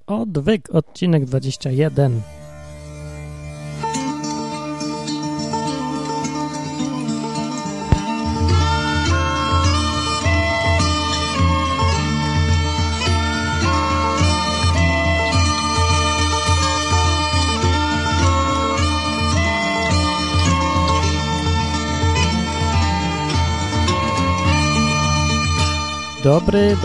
Odwyk, odcinek 21. Dobry,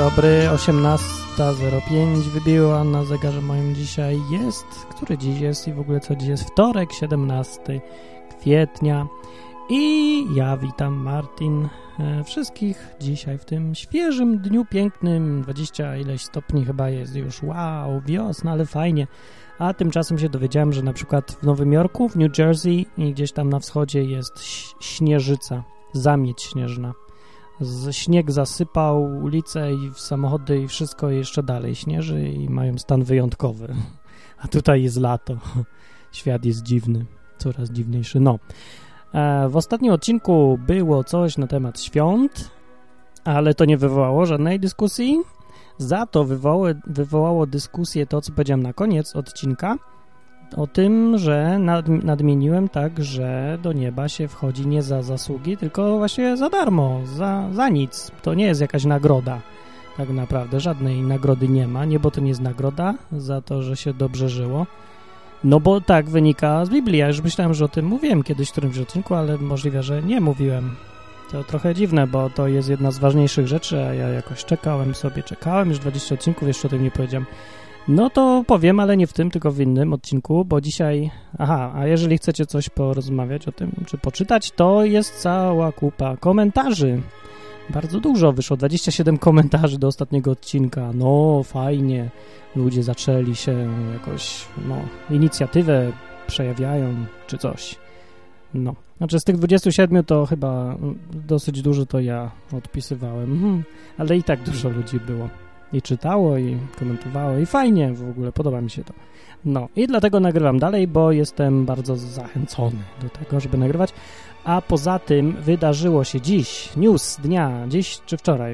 18:05 wybiła na zegarze moim dzisiaj jest. Który dziś jest i w ogóle co dziś jest? Wtorek, 17 kwietnia. I ja witam, Martin, wszystkich dzisiaj w tym świeżym dniu pięknym. 20 ileś stopni chyba jest już. Wow, wiosna, ale fajnie. A tymczasem się dowiedziałem, że na przykład w Nowym Jorku, w New Jersey i gdzieś tam na wschodzie jest śnieżyca, zamieć śnieżna. Śnieg zasypał ulice i samochody i wszystko jeszcze dalej śnieży i mają stan wyjątkowy. A tutaj jest lato. Świat jest dziwny, coraz dziwniejszy. No, w ostatnim odcinku było coś na temat świąt, ale to nie wywołało żadnej dyskusji. Za to wywołało dyskusję to, co powiedziałem na koniec odcinka, o tym, że nadmieniłem tak, że do nieba się wchodzi nie za zasługi, tylko właśnie za darmo, za nic. To nie jest jakaś nagroda. Tak naprawdę żadnej nagrody nie ma. Niebo to nie jest nagroda za to, że się dobrze żyło. No bo tak wynika z Biblii. Ja już myślałem, że o tym mówiłem kiedyś w którymś odcinku, ale możliwe, że nie mówiłem. To trochę dziwne, bo to jest jedna z ważniejszych rzeczy, a ja jakoś czekałem, już 20 odcinków, jeszcze o tym nie powiedziałem. No to powiem, ale nie w tym, tylko w innym odcinku, bo dzisiaj... Aha, a jeżeli chcecie coś porozmawiać o tym, czy poczytać, to jest cała kupa komentarzy. Bardzo dużo wyszło, 27 komentarzy do ostatniego odcinka. No, fajnie. Ludzie zaczęli się jakoś, inicjatywę przejawiają, czy coś. No, znaczy z tych 27 to chyba dosyć dużo to ja odpisywałem, ale i tak dużo ludzi było. I czytało, i komentowało, i fajnie w ogóle, podoba mi się to. No i dlatego nagrywam dalej, bo jestem bardzo zachęcony do tego, żeby nagrywać. A poza tym wydarzyło się dziś, news dnia, dziś czy wczoraj?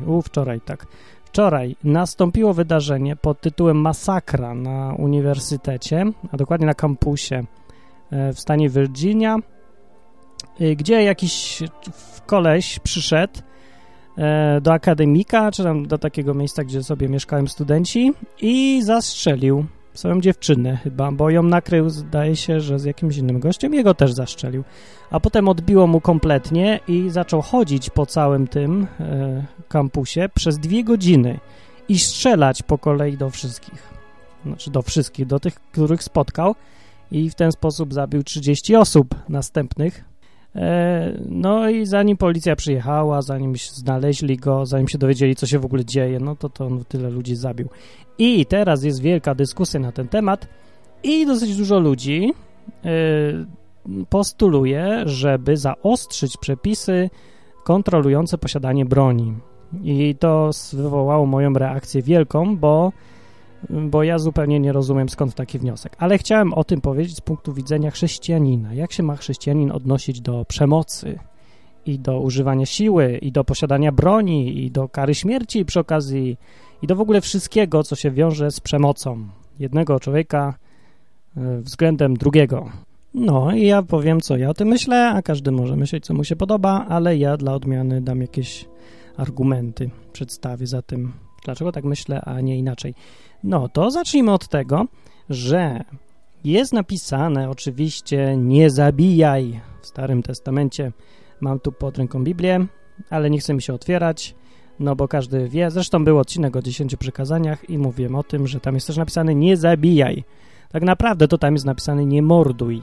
Wczoraj nastąpiło wydarzenie pod tytułem Masakra na uniwersytecie, a dokładnie na kampusie w stanie Virginia, gdzie jakiś koleś przyszedł do akademika, czy tam do takiego miejsca, gdzie sobie mieszkałem studenci i zastrzelił swoją dziewczynę chyba, bo ją nakrył, zdaje się, że z jakimś innym gościem, jego też zastrzelił. A potem odbiło mu kompletnie i zaczął chodzić po całym tym kampusie przez 2 godziny i strzelać po kolei do wszystkich. Znaczy do tych, których spotkał i w ten sposób zabił 30 osób następnych. No i zanim policja przyjechała, zanim znaleźli go, zanim się dowiedzieli, co się w ogóle dzieje, no to on tyle ludzi zabił. I teraz jest wielka dyskusja na ten temat i dosyć dużo ludzi postuluje, żeby zaostrzyć przepisy kontrolujące posiadanie broni. I to wywołało moją reakcję wielką, bo ja zupełnie nie rozumiem, skąd taki wniosek. Ale chciałem o tym powiedzieć z punktu widzenia chrześcijanina. Jak się ma chrześcijanin odnosić do przemocy i do używania siły i do posiadania broni i do kary śmierci przy okazji i do w ogóle wszystkiego, co się wiąże z przemocą jednego człowieka względem drugiego. No i ja powiem, co ja o tym myślę, a każdy może myśleć, co mu się podoba, ale ja dla odmiany dam jakieś argumenty, przedstawię za tym, dlaczego tak myślę, a nie inaczej. No to zacznijmy od tego, że jest napisane oczywiście nie zabijaj w Starym Testamencie. Mam tu pod ręką Biblię, ale nie chcę mi się otwierać, no bo każdy wie. Zresztą był odcinek o 10 przykazaniach i mówiłem o tym, że tam jest też napisane nie zabijaj. Tak naprawdę to tam jest napisane nie morduj.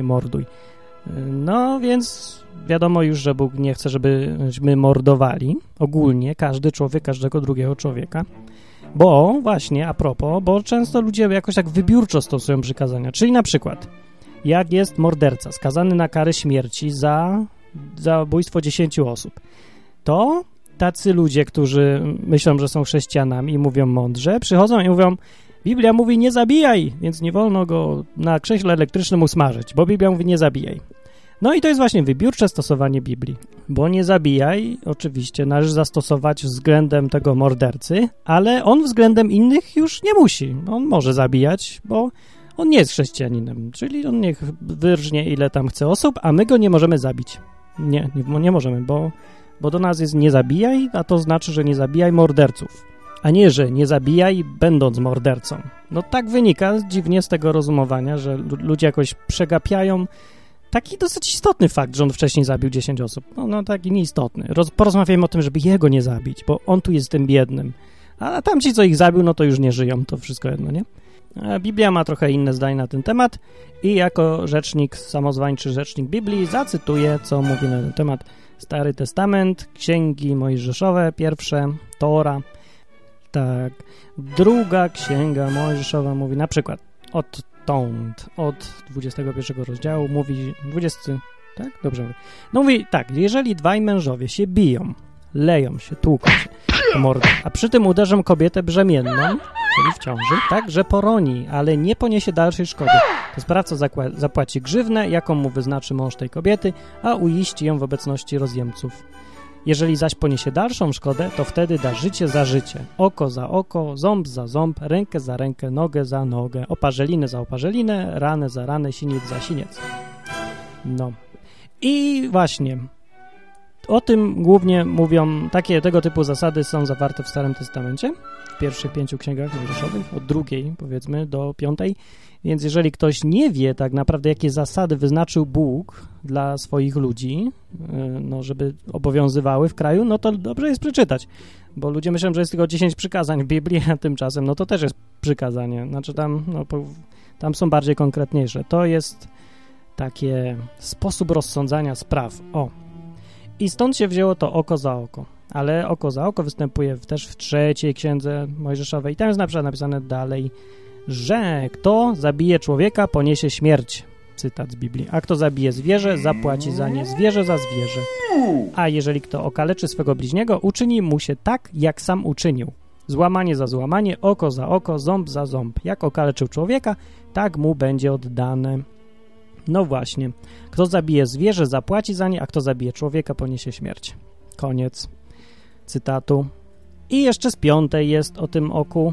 No więc wiadomo już, że Bóg nie chce, żebyśmy mordowali ogólnie każdy człowiek, każdego drugiego człowieka. Bo właśnie, a propos, bo często ludzie jakoś tak wybiórczo stosują przykazania. Czyli na przykład, jak jest morderca skazany na karę śmierci za zabójstwo 10 osób, to tacy ludzie, którzy myślą, że są chrześcijanami i mówią mądrze, przychodzą i mówią, Biblia mówi nie zabijaj, więc nie wolno go na krześle elektrycznym usmażyć, bo Biblia mówi nie zabijaj. No i to jest właśnie wybiórcze stosowanie Biblii, bo nie zabijaj oczywiście należy zastosować względem tego mordercy, ale on względem innych już nie musi. On może zabijać, bo on nie jest chrześcijaninem, czyli on niech wyrżnie ile tam chce osób, a my go nie możemy zabić. Nie możemy, bo do nas jest nie zabijaj, a to znaczy, że nie zabijaj morderców, a nie, że nie zabijaj będąc mordercą. No tak wynika dziwnie z tego rozumowania, że ludzie jakoś przegapiają taki dosyć istotny fakt, że on wcześniej zabił 10 osób. No taki nieistotny. Porozmawiajmy o tym, żeby jego nie zabić, bo on tu jest tym biednym. A tamci, co ich zabił, no to już nie żyją, to wszystko jedno, nie? Biblia ma trochę inne zdanie na ten temat i jako rzecznik, samozwańczy rzecznik Biblii zacytuję, co mówi na ten temat Stary Testament, Księgi Mojżeszowe, pierwsze, Tora, tak, druga Księga Mojżeszowa mówi na przykład od 21 rozdziału mówi 20, tak? Dobrze mówię. No mówi tak, jeżeli dwaj mężowie się biją, leją się, tłuką się, a przy tym uderzą kobietę brzemienną, czyli w ciąży, tak, że poroni, ale nie poniesie dalszej szkody, to sprawca zapłaci grzywnę, jaką mu wyznaczy mąż tej kobiety, a uiści ją w obecności rozjemców. Jeżeli zaś poniesie dalszą szkodę, to wtedy da życie za życie, oko za oko, ząb za ząb, rękę za rękę, nogę za nogę, oparzelinę za oparzzelinę, ranę za ranę, siniec za siniec. No. I właśnie o tym głównie mówią, tego typu zasady są zawarte w Starym Testamencie, w pierwszych 5 księgach Mojżeszowych, od 2, powiedzmy, do 5. Więc jeżeli ktoś nie wie tak naprawdę, jakie zasady wyznaczył Bóg dla swoich ludzi, no żeby obowiązywały w kraju, no to dobrze jest przeczytać, bo ludzie myślą, że jest tylko 10 przykazań w Biblii, a tymczasem no to też jest przykazanie, znaczy tam są bardziej konkretniejsze. To jest takie sposób rozsądzania spraw. I stąd się wzięło to oko za oko. Ale oko za oko występuje też w 3 księdze Mojżeszowej. I tam jest na przykład napisane dalej, że kto zabije człowieka, poniesie śmierć. Cytat z Biblii. A kto zabije zwierzę, zapłaci za nie zwierzę za zwierzę. A jeżeli kto okaleczy swego bliźniego, uczyni mu się tak, jak sam uczynił. Złamanie za złamanie, oko za oko, ząb za ząb. Jak okaleczył człowieka, tak mu będzie oddane. No właśnie. Kto zabije zwierzę, zapłaci za nie, a kto zabije człowieka, poniesie śmierć. Koniec cytatu. I jeszcze z 5 jest o tym oku.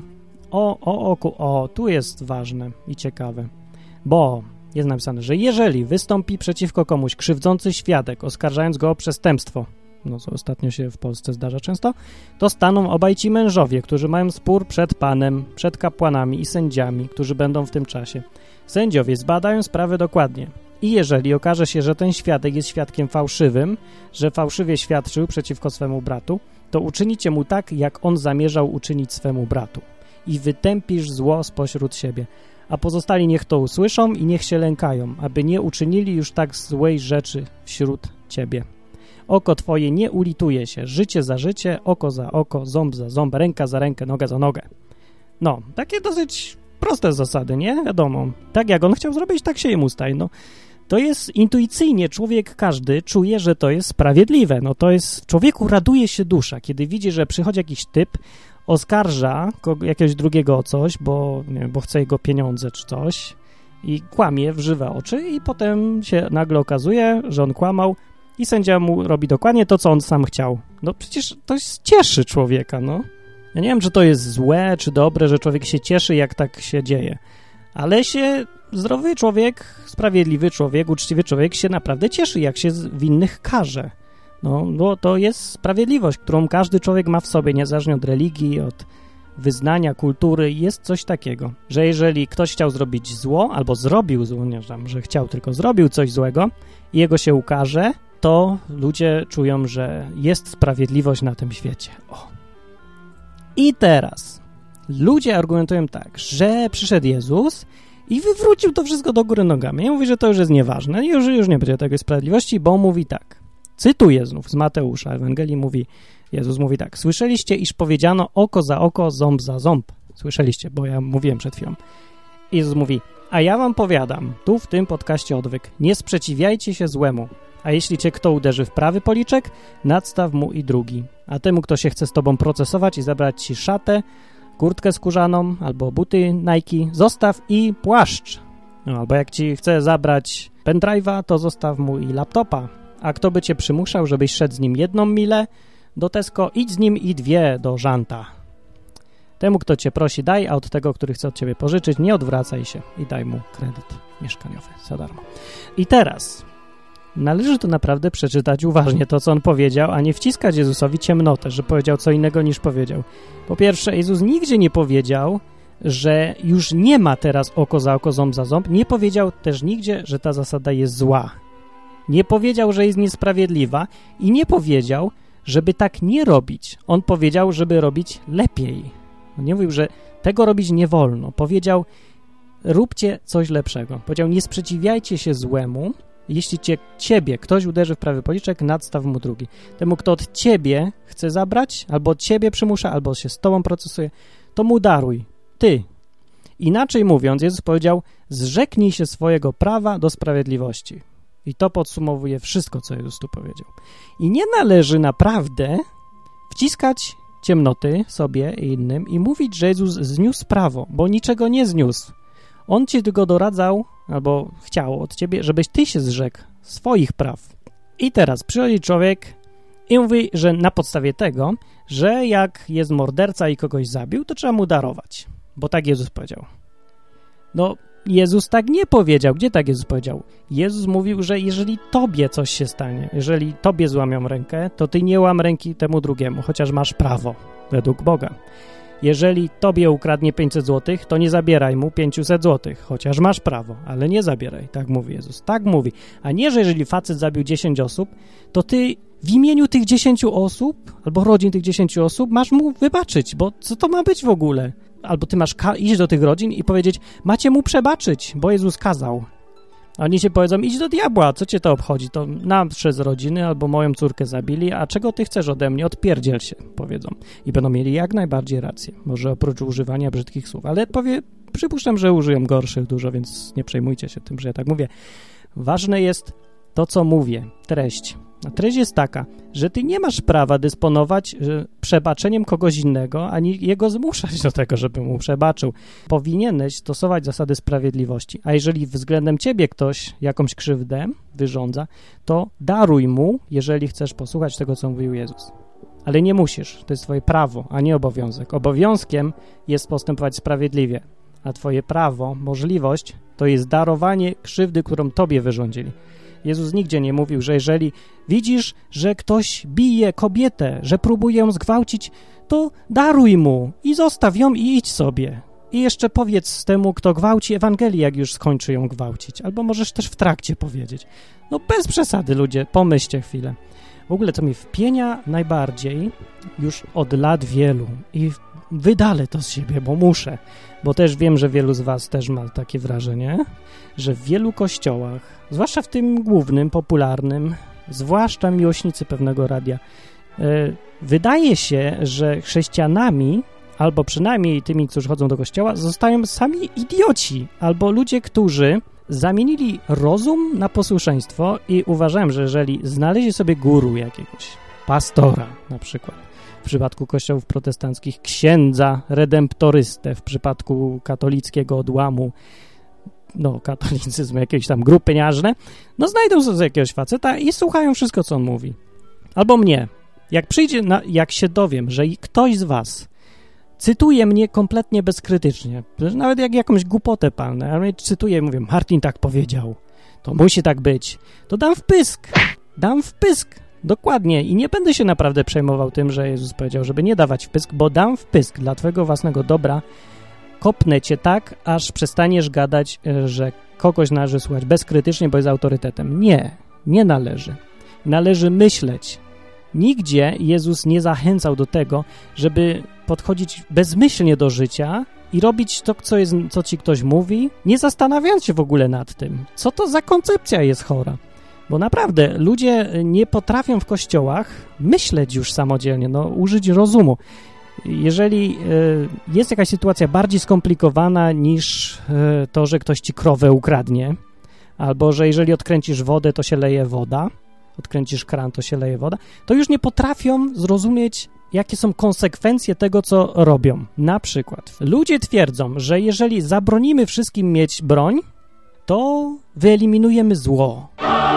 Tu jest ważne i ciekawe, bo jest napisane, że jeżeli wystąpi przeciwko komuś krzywdzący świadek, oskarżając go o przestępstwo, no co ostatnio się w Polsce zdarza często, to staną obaj ci mężowie, którzy mają spór przed Panem, przed kapłanami i sędziami, którzy będą w tym czasie. Sędziowie zbadają sprawę dokładnie i jeżeli okaże się, że ten świadek jest świadkiem fałszywym, że fałszywie świadczył przeciwko swemu bratu, to uczynicie mu tak, jak on zamierzał uczynić swemu bratu i wytępisz zło spośród siebie, a pozostali niech to usłyszą i niech się lękają, aby nie uczynili już tak złej rzeczy wśród ciebie. Oko twoje nie ulituje się, życie za życie, oko za oko, ząb za ząb, ręka za rękę, noga za nogę. No, takie dosyć proste zasady, nie? Wiadomo, tak jak on chciał zrobić, tak się jemu staje. No, to jest intuicyjnie, człowiek każdy czuje, że to jest sprawiedliwe. No to jest, człowieku raduje się dusza, kiedy widzi, że przychodzi jakiś typ, oskarża jakiegoś drugiego o coś, bo, nie wiem, bo chce jego pieniądze czy coś i kłamie w żywe oczy i potem się nagle okazuje, że on kłamał i sędzia mu robi dokładnie to, co on sam chciał. No przecież to cieszy człowieka, no. Ja nie wiem, czy to jest złe, czy dobre, że człowiek się cieszy, jak tak się dzieje, ale zdrowy człowiek, sprawiedliwy człowiek, uczciwy człowiek się naprawdę cieszy, jak się winnych karze. No, bo to jest sprawiedliwość, którą każdy człowiek ma w sobie, niezależnie od religii, od wyznania, kultury. Jest coś takiego, że jeżeli ktoś chciał zrobić zło, albo zrobił zło, nie wiem, że chciał, tylko zrobił coś złego i jego się ukarze, to ludzie czują, że jest sprawiedliwość na tym świecie. I teraz ludzie argumentują tak, że przyszedł Jezus i wywrócił to wszystko do góry nogami. Ja mówię, że to już jest nieważne, już nie będzie takiej sprawiedliwości, bo mówi tak. Cytuję znów z Mateusza, Ewangelii Jezus mówi tak. Słyszeliście, iż powiedziano oko za oko, ząb za ząb. Słyszeliście, bo ja mówiłem przed chwilą. Jezus mówi, a ja wam powiadam, tu w tym podcaście Odwyk, nie sprzeciwiajcie się złemu, a jeśli cię kto uderzy w prawy policzek, nadstaw mu i drugi. A temu, kto się chce z tobą procesować i zabrać ci szatę, kurtkę skórzaną albo buty Nike, zostaw i płaszcz. No, albo jak ci chce zabrać pendrive'a, to zostaw mu i laptopa. A kto by cię przymuszał, żebyś szedł z nim 1 milę do Tesco, idź z nim i 2 do Żanta. Temu, kto cię prosi, daj, a od tego, który chce od ciebie pożyczyć, nie odwracaj się i daj mu kredyt mieszkaniowy za darmo. I teraz należy to naprawdę przeczytać uważnie to, co on powiedział, a nie wciskać Jezusowi ciemnotę, że powiedział co innego niż powiedział. Po pierwsze, Jezus nigdzie nie powiedział, że już nie ma teraz oko za oko, ząb za ząb. Nie powiedział też nigdzie, że ta zasada jest zła. Nie powiedział, że jest niesprawiedliwa i nie powiedział, żeby tak nie robić. On powiedział, żeby robić lepiej. On nie mówił, że tego robić nie wolno. Powiedział, róbcie coś lepszego. Powiedział, nie sprzeciwiajcie się złemu. Jeśli ciebie ktoś uderzy w prawy policzek, nadstaw mu drugi. Temu, kto od ciebie chce zabrać, albo od ciebie przymusza, albo się z tobą procesuje, to mu daruj. Ty. Inaczej mówiąc, Jezus powiedział, zrzeknij się swojego prawa do sprawiedliwości. I to podsumowuje wszystko, co Jezus tu powiedział. I nie należy naprawdę wciskać ciemnoty sobie i innym i mówić, że Jezus zniósł prawo, bo niczego nie zniósł. On ci tylko doradzał, albo chciał od ciebie, żebyś ty się zrzekł swoich praw. I teraz przychodzi człowiek i mówi, że na podstawie tego, że jak jest morderca i kogoś zabił, to trzeba mu darować, bo tak Jezus powiedział. No, Jezus tak nie powiedział. Gdzie tak Jezus powiedział? Jezus mówił, że jeżeli tobie coś się stanie, jeżeli tobie złamią rękę, to ty nie łam ręki temu drugiemu, chociaż masz prawo, według Boga. Jeżeli tobie ukradnie 500 zł, to nie zabieraj mu 500 zł, chociaż masz prawo, ale nie zabieraj. Tak mówi Jezus. Tak mówi. A nie, że jeżeli facet zabił 10 osób, to ty w imieniu tych 10 osób, albo rodzin tych 10 osób masz mu wybaczyć, bo co to ma być w ogóle? Albo ty masz iść do tych rodzin i powiedzieć, macie mu przebaczyć, bo Jezus kazał. A oni się powiedzą, idź do diabła, co cię to obchodzi? To nasze z rodziny albo moją córkę zabili, a czego ty chcesz ode mnie? Odpierdziel się, powiedzą. I będą mieli jak najbardziej rację. Może oprócz używania brzydkich słów, ale przypuszczam, że użyją gorszych dużo, więc nie przejmujcie się tym, że ja tak mówię. Ważne jest to, co mówię, treść. A treść jest taka, że ty nie masz prawa dysponować przebaczeniem kogoś innego, ani jego zmuszać do tego, żeby mu przebaczył. Powinieneś stosować zasady sprawiedliwości. A jeżeli względem ciebie ktoś jakąś krzywdę wyrządza, to daruj mu, jeżeli chcesz posłuchać tego, co mówił Jezus. Ale nie musisz. To jest twoje prawo, a nie obowiązek. Obowiązkiem jest postępować sprawiedliwie, a twoje prawo, możliwość, to jest darowanie krzywdy, którą tobie wyrządzili. Jezus nigdzie nie mówił, że jeżeli widzisz, że ktoś bije kobietę, że próbuje ją zgwałcić, to daruj mu i zostaw ją i idź sobie. I jeszcze powiedz temu, kto gwałci Ewangelię, jak już skończy ją gwałcić. Albo możesz też w trakcie powiedzieć. No bez przesady, ludzie, pomyślcie chwilę. W ogóle, co mi wpienia najbardziej już od lat wielu i wydalę to z siebie, bo muszę, bo też wiem, że wielu z was też ma takie wrażenie, że w wielu kościołach, zwłaszcza w tym głównym, popularnym, zwłaszcza miłośnicy pewnego radia, wydaje się, że chrześcijanami, albo przynajmniej tymi, którzy chodzą do kościoła, zostają sami idioci, albo ludzie, którzy zamienili rozum na posłuszeństwo i uważałem, że jeżeli znaleźli sobie guru jakiegoś, pastora na przykład, w przypadku kościołów protestanckich księdza redemptorystę, w przypadku katolickiego odłamu, katolicyzmu, jakieś tam grupy pieniężne, znajdą sobie jakiegoś faceta i słuchają wszystko, co on mówi. Albo mnie. Jak się dowiem, że ktoś z was cytuje mnie kompletnie bezkrytycznie, nawet jak jakąś głupotę palnę, ale cytuję i mówię, Martin tak powiedział, to musi tak być, to dam wpysk, dokładnie i nie będę się naprawdę przejmował tym, że Jezus powiedział, żeby nie dawać wpysk, bo dam wpysk dla twojego własnego dobra, kopnę cię tak, aż przestaniesz gadać, że kogoś należy słuchać bezkrytycznie, bo jest autorytetem. Nie należy. Należy myśleć. Nigdzie Jezus nie zachęcał do tego, żeby podchodzić bezmyślnie do życia i robić to, co ci ktoś mówi, nie zastanawiając się w ogóle nad tym. Co to za koncepcja jest chora? Bo naprawdę ludzie nie potrafią w kościołach myśleć już samodzielnie, użyć rozumu. Jeżeli jest jakaś sytuacja bardziej skomplikowana niż to, że ktoś ci krowę ukradnie, albo że jeżeli odkręcisz wodę, to się leje woda, odkręcisz kran, to się leje woda, to już nie potrafią zrozumieć, jakie są konsekwencje tego, co robią. Na przykład ludzie twierdzą, że jeżeli zabronimy wszystkim mieć broń, to wyeliminujemy zło.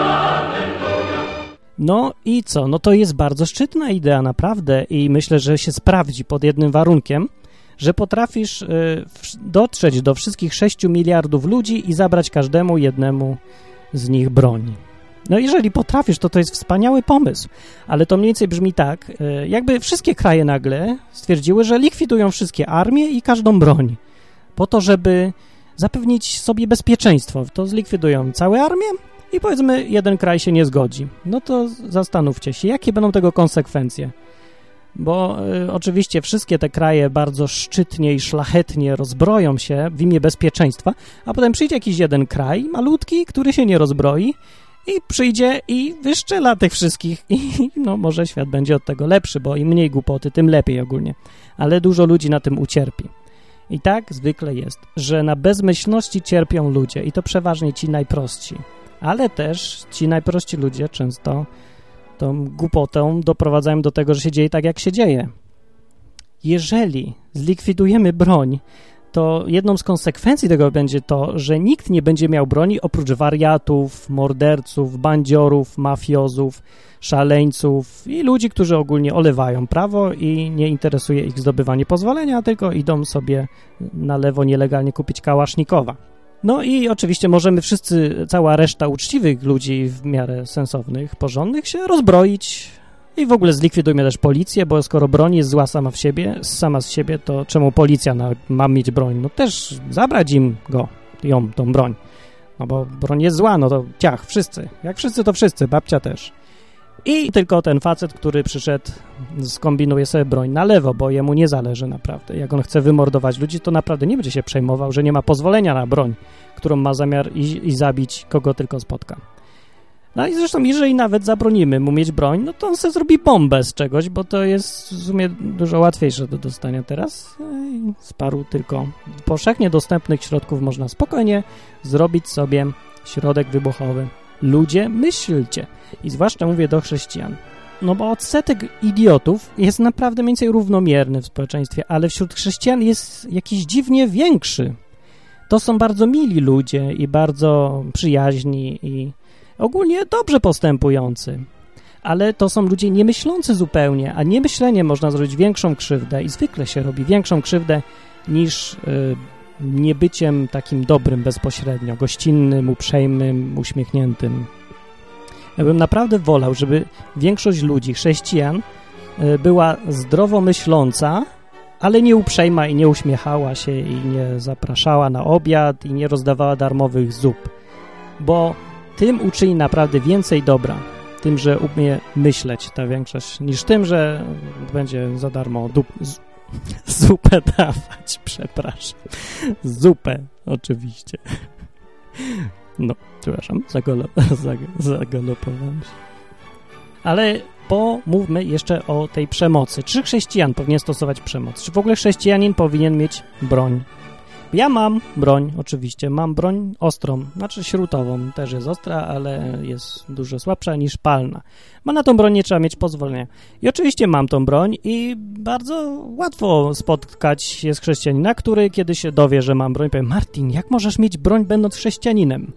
No i co? No to jest bardzo szczytna idea naprawdę i myślę, że się sprawdzi pod jednym warunkiem, że potrafisz dotrzeć do wszystkich 6 miliardów ludzi i zabrać każdemu jednemu z nich broń. No jeżeli potrafisz, to jest wspaniały pomysł, ale to mniej więcej brzmi tak, jakby wszystkie kraje nagle stwierdziły, że likwidują wszystkie armie i każdą broń, po to, żeby zapewnić sobie bezpieczeństwo. To zlikwidują całe armię i powiedzmy jeden kraj się nie zgodzi. No to zastanówcie się, jakie będą tego konsekwencje. Bo oczywiście wszystkie te kraje bardzo szczytnie i szlachetnie rozbroją się w imię bezpieczeństwa, a potem przyjdzie jakiś jeden kraj malutki, który się nie rozbroi i przyjdzie i wyszczela tych wszystkich i no może świat będzie od tego lepszy, bo im mniej głupoty, tym lepiej ogólnie. Ale dużo ludzi na tym ucierpi. I tak zwykle jest, że na bezmyślności cierpią ludzie i to przeważnie ci najprostsi. Ale też ci najprości ludzie często tą głupotą doprowadzają do tego, że się dzieje tak, jak się dzieje. Jeżeli zlikwidujemy broń, to jedną z konsekwencji tego będzie to, że nikt nie będzie miał broni oprócz wariatów, morderców, bandziorów, mafiozów, szaleńców i ludzi, którzy ogólnie olewają prawo i nie interesuje ich zdobywanie pozwolenia, tylko idą sobie na lewo nielegalnie kupić kałasznikowa. No i oczywiście możemy wszyscy, cała reszta uczciwych ludzi w miarę sensownych, porządnych się rozbroić i w ogóle zlikwidujmy też policję, bo skoro broń jest zła sama z siebie, to czemu policja ma mieć broń? No też zabrać im tą broń. No bo broń jest zła, no to ciach, wszyscy. Jak wszyscy, to wszyscy, babcia też. I tylko ten facet, który przyszedł, skombinuje sobie broń na lewo, bo jemu nie zależy naprawdę. Jak on chce wymordować ludzi, to naprawdę nie będzie się przejmował, że nie ma pozwolenia na broń, którą ma zamiar i zabić kogo tylko spotka. No i zresztą, jeżeli nawet zabronimy mu mieć broń, no to on sobie zrobi bombę z czegoś, bo to jest w sumie dużo łatwiejsze do dostania teraz. Z paru tylko powszechnie dostępnych środków można spokojnie zrobić sobie środek wybuchowy. Ludzie, myślcie. I zwłaszcza mówię do chrześcijan. No bo odsetek idiotów jest naprawdę mniej więcej równomierny w społeczeństwie, ale wśród chrześcijan jest jakiś dziwnie większy. To są bardzo mili ludzie i bardzo przyjaźni i ogólnie dobrze postępujący. Ale to są ludzie niemyślący zupełnie, a niemyślenie można zrobić większą krzywdę i zwykle się robi większą krzywdę niż niebyciem takim dobrym bezpośrednio, gościnnym, uprzejmym, uśmiechniętym. Ja bym naprawdę wolał, żeby większość ludzi, chrześcijan, była zdrowo myśląca, ale nie uprzejma i nie uśmiechała się i nie zapraszała na obiad i nie rozdawała darmowych zup, bo tym uczyni naprawdę więcej dobra, tym, że umie myśleć ta większość, niż tym, że będzie za darmo zupę dawać, przepraszam. Zupę, oczywiście. No, przepraszam, zagalopowałem się. Ale pomówmy jeszcze o tej przemocy. Czy chrześcijan powinien stosować przemoc? Czy w ogóle chrześcijanin powinien mieć broń? Ja mam broń, oczywiście. Mam broń ostrą, znaczy śrutową. Też jest ostra, ale jest dużo słabsza niż palna. Na tą broń nie trzeba mieć pozwolenia. I oczywiście mam tą broń i bardzo łatwo spotkać się z chrześcijanina, który kiedy się dowie, że mam broń, powie: Martin, jak możesz mieć broń będąc chrześcijaninem?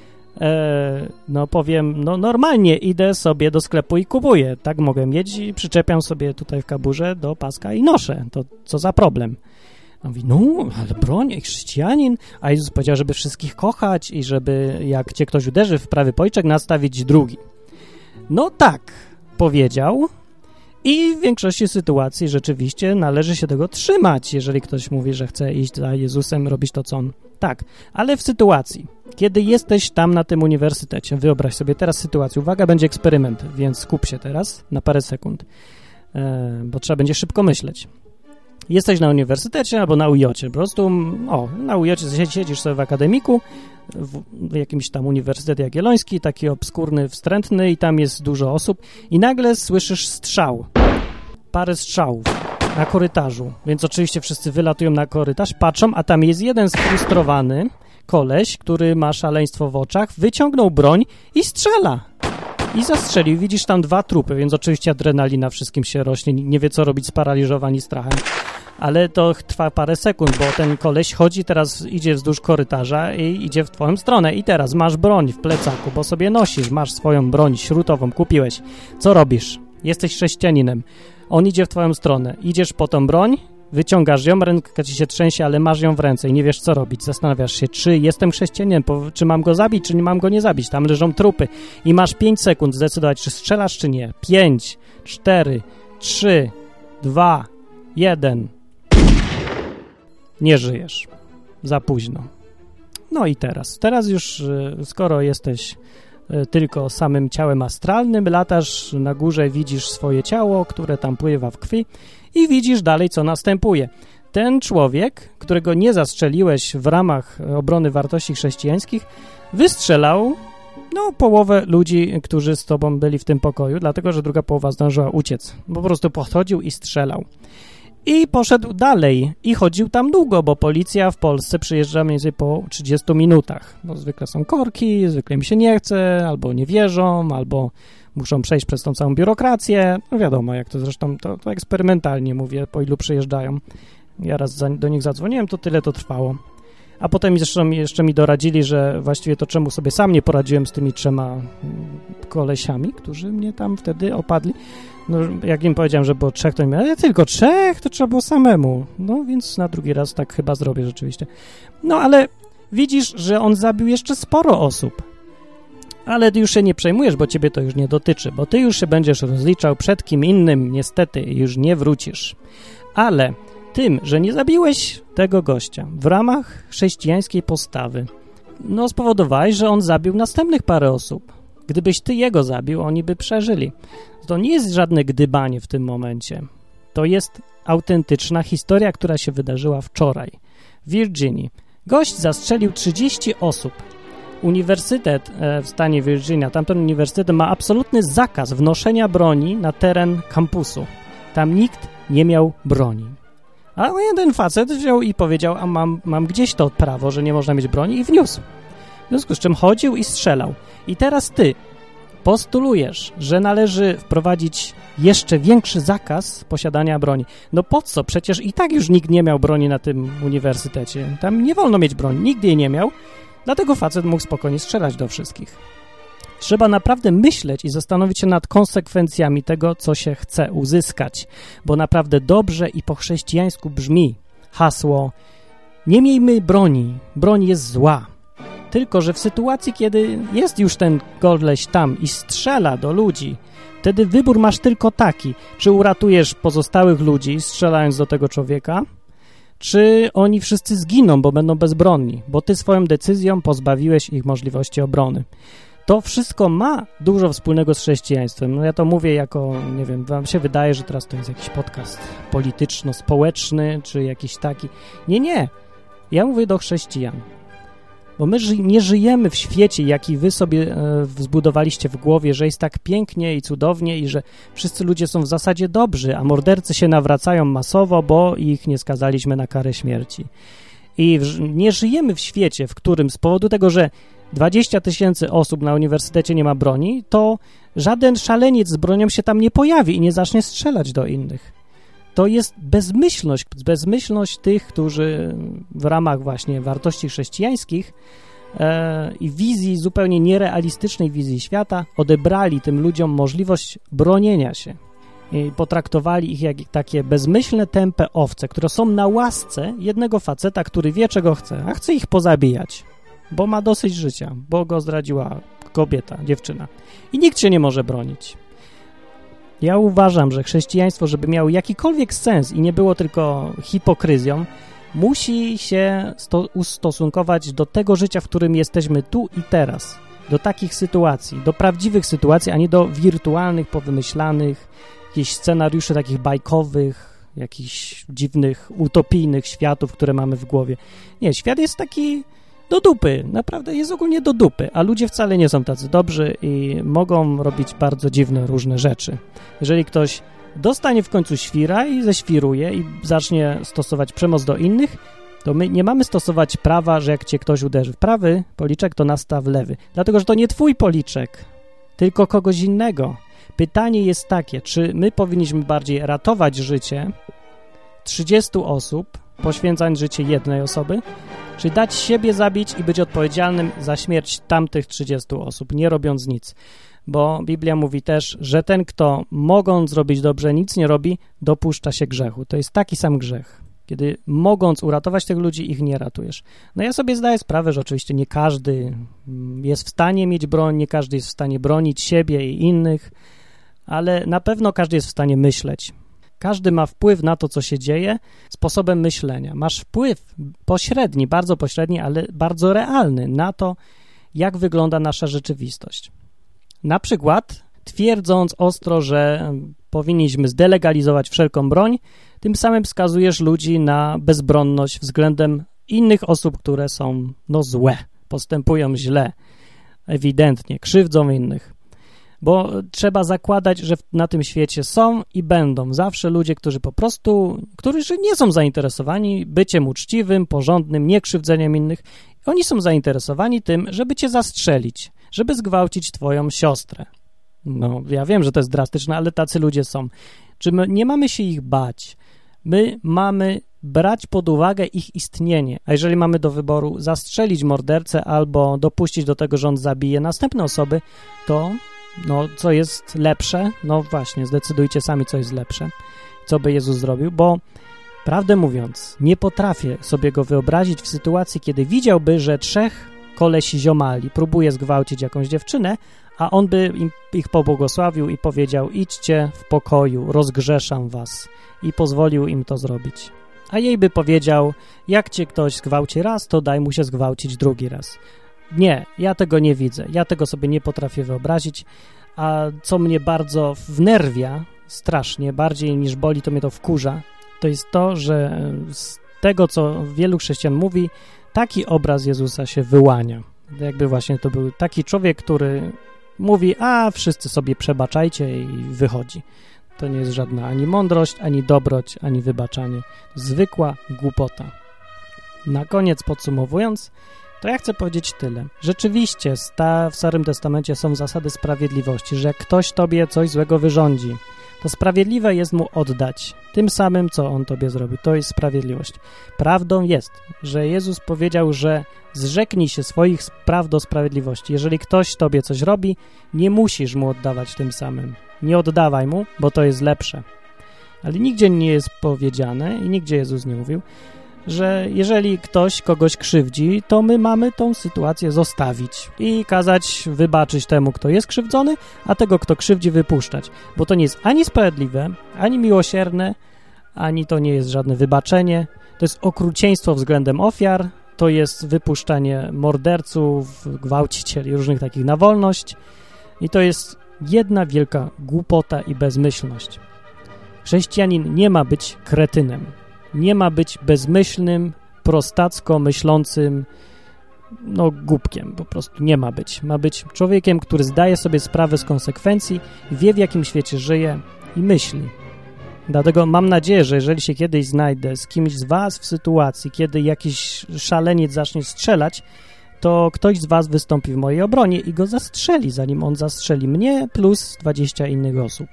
No powiem, no normalnie idę sobie do sklepu i kupuję. Tak mogę mieć i przyczepiam sobie tutaj w kaburze do paska i noszę. To co za problem? On mówi: no, ale broń, chrześcijanin, a Jezus powiedział, żeby wszystkich kochać i żeby jak cię ktoś uderzy w prawy policzek, nastawić drugi. No tak, powiedział i w większości sytuacji rzeczywiście należy się tego trzymać, jeżeli ktoś mówi, że chce iść za Jezusem, robić to, co on. Tak, ale w sytuacji, kiedy jesteś tam na tym uniwersytecie, wyobraź sobie teraz sytuację, uwaga, będzie eksperyment, więc skup się teraz na parę sekund, bo trzeba będzie szybko myśleć. Jesteś na uniwersytecie albo na UJ-cie, po prostu, na UJ-cie siedzisz sobie w akademiku, w jakimś tam Uniwersytet Jagielloński, taki obskurny, wstrętny i tam jest dużo osób i nagle słyszysz strzał, parę strzałów na korytarzu, więc oczywiście wszyscy wylatują na korytarz, patrzą, a tam jest jeden sfrustrowany koleś, który ma szaleństwo w oczach, wyciągnął broń i strzela. i zastrzelił. Widzisz tam 2 trupy, więc oczywiście adrenalina wszystkim się rośnie, nie wie co robić, sparaliżowani strachem. Ale to trwa parę sekund, bo ten koleś chodzi, teraz idzie wzdłuż korytarza i idzie w twoją stronę. I teraz masz broń w plecaku, bo sobie nosisz, masz swoją broń śrutową, kupiłeś. Co robisz? Jesteś chrześcijaninem. On idzie w twoją stronę. Idziesz po tą broń, wyciągasz ją, ręka ci się trzęsie, ale masz ją w ręce i nie wiesz co robić. Zastanawiasz się, czy jestem chrześcijaninem, czy mam go zabić, czy nie mam go nie zabić. Tam leżą trupy i masz 5 sekund zdecydować, czy strzelasz, czy nie. 5, 4, 3, 2, 1... Nie żyjesz. Za późno. No i teraz już, skoro jesteś tylko samym ciałem astralnym, latasz na górze, widzisz swoje ciało, które tam pływa w krwi i widzisz dalej, co następuje. Ten człowiek, którego nie zastrzeliłeś w ramach obrony wartości chrześcijańskich, wystrzelał połowę ludzi, którzy z tobą byli w tym pokoju, dlatego, że druga połowa zdążyła uciec. Po prostu podchodził i strzelał. I poszedł dalej i chodził tam długo, bo policja w Polsce przyjeżdża mniej więcej po 30 minutach. Bo zwykle są korki, zwykle im się nie chce, albo nie wierzą, albo muszą przejść przez tą całą biurokrację. No wiadomo, jak to zresztą, to eksperymentalnie mówię, po ilu przyjeżdżają. Ja raz do nich zadzwoniłem, to tyle to trwało. A potem zresztą jeszcze mi doradzili, że właściwie to czemu sobie sam nie poradziłem z tymi 3 kolesiami, którzy mnie tam wtedy opadli. No, jak im powiedziałem, że było 3, to mi ale tylko 3? To trzeba było samemu. No, więc na drugi raz tak chyba zrobię rzeczywiście. No, ale widzisz, że on zabił jeszcze sporo osób. Ale ty już się nie przejmujesz, bo ciebie to już nie dotyczy, bo ty już się będziesz rozliczał przed kim innym, niestety już nie wrócisz. Ale tym, że nie zabiłeś tego gościa w ramach chrześcijańskiej postawy, spowodowałeś, że on zabił następnych parę osób. Gdybyś ty jego zabił, oni by przeżyli. To nie jest żadne gdybanie w tym momencie. To jest autentyczna historia, która się wydarzyła wczoraj w Virginii. Gość zastrzelił 30 osób. Uniwersytet w stanie Virginia, tamten uniwersytet ma absolutny zakaz wnoszenia broni na teren kampusu. Tam nikt nie miał broni. A jeden facet wziął i powiedział, a mam gdzieś to prawo, że nie można mieć broni i wniósł. W związku z czym chodził i strzelał. I teraz ty postulujesz, że należy wprowadzić jeszcze większy zakaz posiadania broni. No po co? Przecież i tak już nikt nie miał broni na tym uniwersytecie. Tam nie wolno mieć broni. Nikt jej nie miał. Dlatego facet mógł spokojnie strzelać do wszystkich. Trzeba naprawdę myśleć i zastanowić się nad konsekwencjami tego, co się chce uzyskać. Bo naprawdę dobrze i po chrześcijańsku brzmi hasło: nie miejmy broni. Broń jest zła. Tylko że w sytuacji, kiedy jest już ten koleś tam i strzela do ludzi, wtedy wybór masz tylko taki, czy uratujesz pozostałych ludzi strzelając do tego człowieka, czy oni wszyscy zginą, bo będą bezbronni, bo ty swoją decyzją pozbawiłeś ich możliwości obrony. To wszystko ma dużo wspólnego z chrześcijaństwem. No ja to mówię jako, nie wiem, wam się wydaje, że teraz to jest jakiś podcast polityczno-społeczny, czy jakiś taki. Nie. Ja mówię do chrześcijan. Bo my nie żyjemy w świecie, jaki wy sobie zbudowaliście w głowie, że jest tak pięknie i cudownie i że wszyscy ludzie są w zasadzie dobrzy, a mordercy się nawracają masowo, bo ich nie skazaliśmy na karę śmierci. I nie żyjemy w świecie, w którym z powodu tego, że 20 000 osób na uniwersytecie nie ma broni, to żaden szaleniec z bronią się tam nie pojawi i nie zacznie strzelać do innych. To jest bezmyślność tych, którzy w ramach właśnie wartości chrześcijańskich i wizji, zupełnie nierealistycznej wizji świata, odebrali tym ludziom możliwość bronienia się i potraktowali ich jak takie bezmyślne, tępe owce, które są na łasce jednego faceta, który wie, czego chce, a chce ich pozabijać, bo ma dosyć życia, bo go zdradziła kobieta, dziewczyna i nikt się nie może bronić. Ja uważam, że chrześcijaństwo, żeby miało jakikolwiek sens i nie było tylko hipokryzją, musi się ustosunkować do tego życia, w którym jesteśmy tu i teraz, do takich sytuacji, do prawdziwych sytuacji, a nie do wirtualnych, powymyślanych, jakichś scenariuszy takich bajkowych, jakichś dziwnych, utopijnych światów, które mamy w głowie. Nie, świat jest taki do dupy, naprawdę jest ogólnie do dupy, a ludzie wcale nie są tacy dobrzy i mogą robić bardzo dziwne różne rzeczy. Jeżeli ktoś dostanie w końcu świra i zeświruje i zacznie stosować przemoc do innych, to my nie mamy stosować prawa, że jak cię ktoś uderzy w prawy policzek, to nastaw lewy. Dlatego, że to nie twój policzek. tylko kogoś innego. Pytanie jest takie, czy my powinniśmy bardziej ratować życie 30 osób, poświęcając życie jednej osoby, czy dać siebie zabić i być odpowiedzialnym za śmierć tamtych 30 osób, nie robiąc nic. Bo Biblia mówi też, że ten, kto mogąc zrobić dobrze, nic nie robi, dopuszcza się grzechu. To jest taki sam grzech. Kiedy mogąc uratować tych ludzi, ich nie ratujesz. No ja sobie zdaję sprawę, że oczywiście nie każdy jest w stanie mieć broń, nie każdy jest w stanie bronić siebie i innych, ale na pewno każdy jest w stanie myśleć. Każdy ma wpływ na to, co się dzieje, sposobem myślenia. Masz wpływ pośredni, bardzo pośredni, ale bardzo realny na to, jak wygląda nasza rzeczywistość. Na przykład twierdząc ostro, że powinniśmy zdelegalizować wszelką broń, tym samym wskazujesz ludzi na bezbronność względem innych osób, które są złe, postępują źle, ewidentnie, krzywdzą innych. Bo trzeba zakładać, że na tym świecie są i będą zawsze ludzie, którzy nie są zainteresowani byciem uczciwym, porządnym, niekrzywdzeniem innych. Oni są zainteresowani tym, żeby cię zastrzelić, żeby zgwałcić twoją siostrę. No, ja wiem, że to jest drastyczne, ale tacy ludzie są. Czy my nie mamy się ich bać? My mamy brać pod uwagę ich istnienie, a jeżeli mamy do wyboru zastrzelić mordercę albo dopuścić do tego, że on zabije następne osoby, to co jest lepsze? No właśnie, zdecydujcie sami, co jest lepsze, co by Jezus zrobił, bo prawdę mówiąc, nie potrafię sobie go wyobrazić w sytuacji, kiedy widziałby, że 3 kolesi ziomali próbuje zgwałcić jakąś dziewczynę, a on by ich pobłogosławił i powiedział: idźcie w pokoju, rozgrzeszam was, i pozwolił im to zrobić. A jej by powiedział: jak cię ktoś zgwałci raz, to daj mu się zgwałcić drugi raz. Nie, ja tego nie widzę, ja tego sobie nie potrafię wyobrazić, a co mnie bardzo wnerwia, strasznie, bardziej niż boli, to mnie to wkurza, to jest to, że z tego, co wielu chrześcijan mówi, taki obraz Jezusa się wyłania. Jakby właśnie to był taki człowiek, który mówi: a wszyscy sobie przebaczajcie, i wychodzi. To nie jest żadna ani mądrość, ani dobroć, ani wybaczanie. Zwykła głupota. Na koniec podsumowując, to ja chcę powiedzieć tyle. Rzeczywiście w Starym Testamencie są zasady sprawiedliwości, że jak ktoś tobie coś złego wyrządzi, to sprawiedliwe jest mu oddać tym samym, co on tobie zrobił. To jest sprawiedliwość. Prawdą jest, że Jezus powiedział, że zrzeknij się swoich praw do sprawiedliwości. Jeżeli ktoś tobie coś robi, nie musisz mu oddawać tym samym. Nie oddawaj mu, bo to jest lepsze. Ale nigdzie nie jest powiedziane i nigdzie Jezus nie mówił, że jeżeli ktoś kogoś krzywdzi, to my mamy tą sytuację zostawić i kazać wybaczyć temu, kto jest krzywdzony, a tego, kto krzywdzi, wypuszczać. Bo to nie jest ani sprawiedliwe, ani miłosierne, ani to nie jest żadne wybaczenie. To jest okrucieństwo względem ofiar, to jest wypuszczanie morderców, gwałcicieli, różnych takich na wolność i to jest jedna wielka głupota i bezmyślność. Chrześcijanin nie ma być kretynem. Nie ma być bezmyślnym, prostacko myślącym, głupkiem. Po prostu nie ma być. Ma być człowiekiem, który zdaje sobie sprawę z konsekwencji, wie, w jakim świecie żyje i myśli. Dlatego mam nadzieję, że jeżeli się kiedyś znajdę z kimś z was w sytuacji, kiedy jakiś szaleniec zacznie strzelać, to ktoś z was wystąpi w mojej obronie i go zastrzeli, zanim on zastrzeli mnie plus 20 innych osób.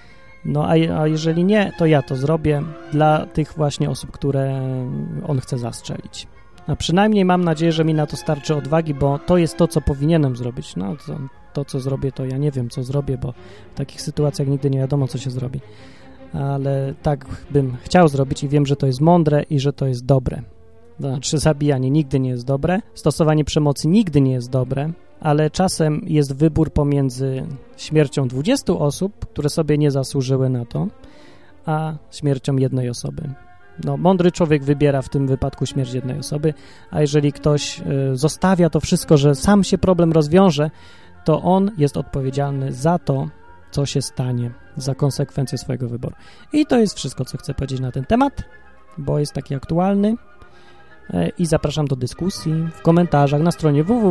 A jeżeli nie, to ja to zrobię dla tych właśnie osób, które on chce zastrzelić. A przynajmniej mam nadzieję, że mi na to starczy odwagi, bo to jest to, co powinienem zrobić. To, co zrobię, to ja nie wiem, co zrobię, bo w takich sytuacjach nigdy nie wiadomo, co się zrobi. Ale tak bym chciał zrobić i wiem, że to jest mądre i że to jest dobre. Znaczy, zabijanie nigdy nie jest dobre, stosowanie przemocy nigdy nie jest dobre, ale czasem jest wybór pomiędzy śmiercią 20 osób, które sobie nie zasłużyły na to, a śmiercią jednej osoby. Mądry człowiek wybiera w tym wypadku śmierć jednej osoby, a jeżeli ktoś zostawia to wszystko, że sam się problem rozwiąże, to on jest odpowiedzialny za to, co się stanie, za konsekwencje swojego wyboru. I to jest wszystko, co chcę powiedzieć na ten temat, bo jest taki aktualny i zapraszam do dyskusji w komentarzach na stronie www.